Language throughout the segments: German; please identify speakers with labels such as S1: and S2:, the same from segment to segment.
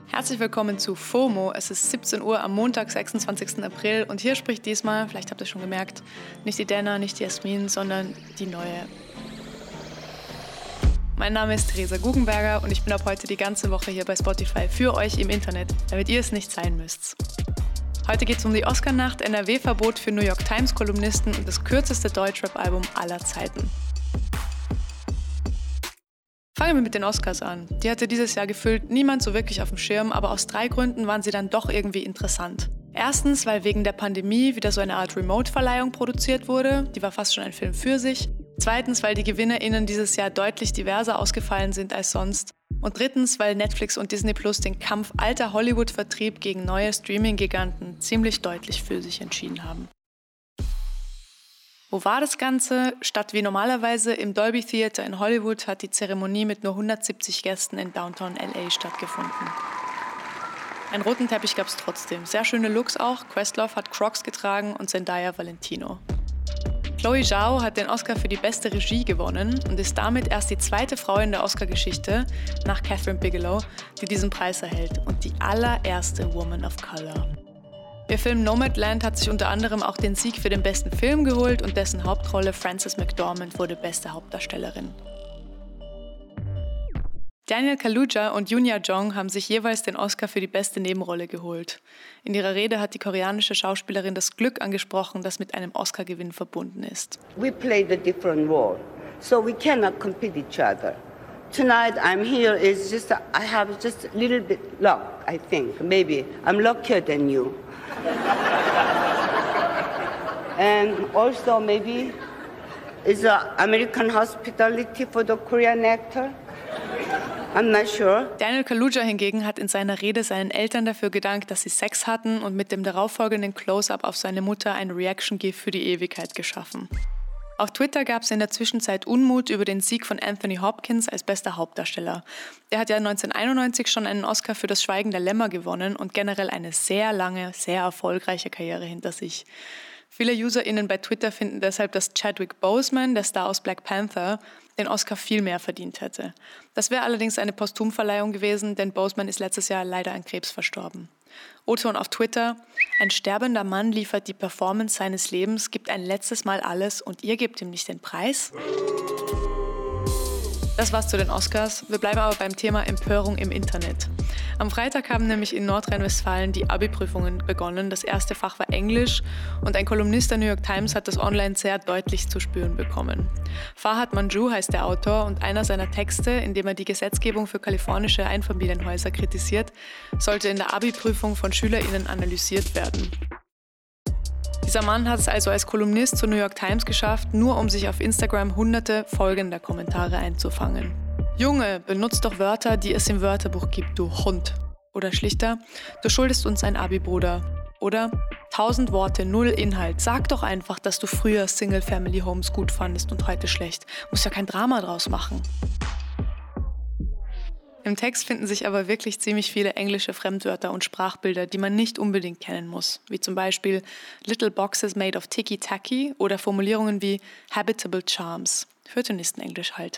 S1: Herzlich willkommen zu FOMO. Es ist 17 Uhr am Montag, 26. April und hier spricht diesmal, vielleicht habt ihr es schon gemerkt, nicht die Dana, nicht die Jasmin, sondern die Neue. Mein Name ist Theresa Guggenberger und ich bin ab heute die ganze Woche hier bei Spotify für euch im Internet, damit ihr es nicht sein müsst. Heute geht es um die Oscar-Nacht, NRW-Verbot für New York Times-Kolumnisten und das kürzeste Deutschrap-Album aller Zeiten. Fangen wir mit den Oscars an. Die hatte dieses Jahr gefühlt niemand so wirklich auf dem Schirm, aber aus 3 Gründen waren sie dann doch irgendwie interessant. Erstens, weil wegen der Pandemie wieder so eine Art Remote-Verleihung produziert wurde, die war fast schon ein Film für sich. Zweitens, weil die GewinnerInnen dieses Jahr deutlich diverser ausgefallen sind als sonst. Und drittens, weil Netflix und Disney Plus den Kampf alter Hollywood-Vertrieb gegen neue Streaming-Giganten ziemlich deutlich für sich entschieden haben. Wo war das Ganze? Statt wie normalerweise im Dolby Theater in Hollywood hat die Zeremonie mit nur 170 Gästen in Downtown LA stattgefunden. Einen roten Teppich gab es trotzdem. Sehr schöne Looks auch. Questlove hat Crocs getragen und Zendaya Valentino. Chloe Zhao hat den Oscar für die beste Regie gewonnen und ist damit erst die zweite Frau in der Oscar-Geschichte, nach Catherine Bigelow, die diesen Preis erhält und die allererste Woman of Color. Ihr Film Nomadland hat sich unter anderem auch den Sieg für den besten Film geholt und dessen Hauptrolle Frances McDormand wurde beste Hauptdarstellerin. Daniel Kaluuya und Yoon Jong haben sich jeweils den Oscar für die beste Nebenrolle geholt. In ihrer Rede hat die koreanische Schauspielerin das Glück angesprochen, das mit einem Oscar-Gewinn verbunden ist.
S2: We play the different role, so we cannot compete each other. Tonight I'm here is just I have just a little bit luck, I think. Maybe I'm luckier than you. And also maybe is American hospitality for the Korean actor? I'm not sure.
S1: Daniel Kaluuya hingegen hat in seiner Rede seinen Eltern dafür gedankt, dass sie Sex hatten und mit dem darauffolgenden Close-up auf seine Mutter ein Reaction-GIF für die Ewigkeit geschaffen. Auf Twitter gab es in der Zwischenzeit Unmut über den Sieg von Anthony Hopkins als bester Hauptdarsteller. Der hat ja 1991 schon einen Oscar für Das Schweigen der Lämmer gewonnen und generell eine sehr lange, sehr erfolgreiche Karriere hinter sich. Viele UserInnen bei Twitter finden deshalb, dass Chadwick Boseman, der Star aus Black Panther, den Oscar viel mehr verdient hätte. Das wäre allerdings eine Posthumverleihung gewesen, denn Boseman ist letztes Jahr leider an Krebs verstorben. O-Ton auf Twitter: Ein sterbender Mann liefert die Performance seines Lebens, gibt ein letztes Mal alles und ihr gebt ihm nicht den Preis? Das war's zu den Oscars. Wir bleiben aber beim Thema Empörung im Internet. Am Freitag haben nämlich in Nordrhein-Westfalen die Abi-Prüfungen begonnen. Das erste Fach war Englisch und ein Kolumnist der New York Times hat das online sehr deutlich zu spüren bekommen. Farhad Manjoo heißt der Autor und einer seiner Texte, in dem er die Gesetzgebung für kalifornische Einfamilienhäuser kritisiert, sollte in der Abi-Prüfung von SchülerInnen analysiert werden. Dieser Mann hat es also als Kolumnist zur New York Times geschafft, nur um sich auf Instagram hunderte folgender Kommentare einzufangen. Junge, benutzt doch Wörter, die es im Wörterbuch gibt, du Hund. Oder schlichter, du schuldest uns ein Abi, Bruder. Oder 1000 Worte, 0 Inhalt. Sag doch einfach, dass du früher Single-Family-Homes gut fandest und heute schlecht. Musst ja kein Drama draus machen. Im Text finden sich aber wirklich ziemlich viele englische Fremdwörter und Sprachbilder, die man nicht unbedingt kennen muss, wie zum Beispiel Little Boxes made of Tiki-Taki oder Formulierungen wie Habitable Charms, für Touristenenglisch halt.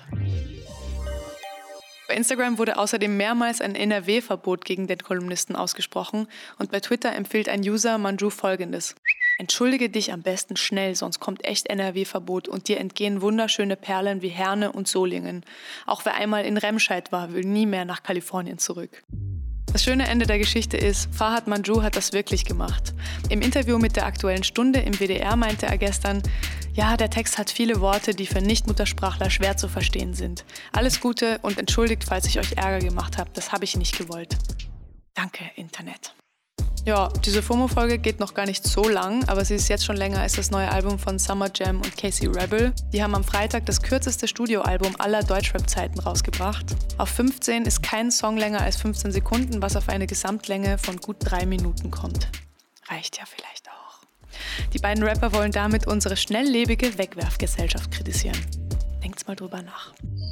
S1: Bei Instagram wurde außerdem mehrmals ein NRW-Verbot gegen den Kolumnisten ausgesprochen und bei Twitter empfiehlt ein User Manjoo Folgendes: Entschuldige dich am besten schnell, sonst kommt echt NRW-Verbot und dir entgehen wunderschöne Perlen wie Herne und Solingen. Auch wer einmal in Remscheid war, will nie mehr nach Kalifornien zurück. Das schöne Ende der Geschichte ist, Farhad Manjoo hat das wirklich gemacht. Im Interview mit der Aktuellen Stunde im WDR meinte er gestern: Ja, der Text hat viele Worte, die für Nicht-Muttersprachler schwer zu verstehen sind. Alles Gute und entschuldigt, falls ich euch Ärger gemacht habe. Das habe ich nicht gewollt. Danke, Internet. Ja, diese FOMO-Folge geht noch gar nicht so lang, aber sie ist jetzt schon länger als das neue Album von Summer Jam und Casey Rebel. Die haben am Freitag das kürzeste Studioalbum aller Deutschrap-Zeiten rausgebracht. Auf 15 ist kein Song länger als 15 Sekunden, was auf eine Gesamtlänge von gut 3 Minuten kommt. Reicht ja vielleicht auch. Die beiden Rapper wollen damit unsere schnelllebige Wegwerfgesellschaft kritisieren. Denkt's mal drüber nach.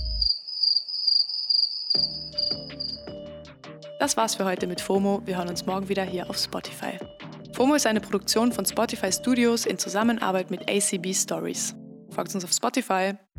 S1: Das war's für heute mit FOMO. Wir hören uns morgen wieder hier auf Spotify. FOMO ist eine Produktion von Spotify Studios in Zusammenarbeit mit ACB Stories. Folgt uns auf Spotify.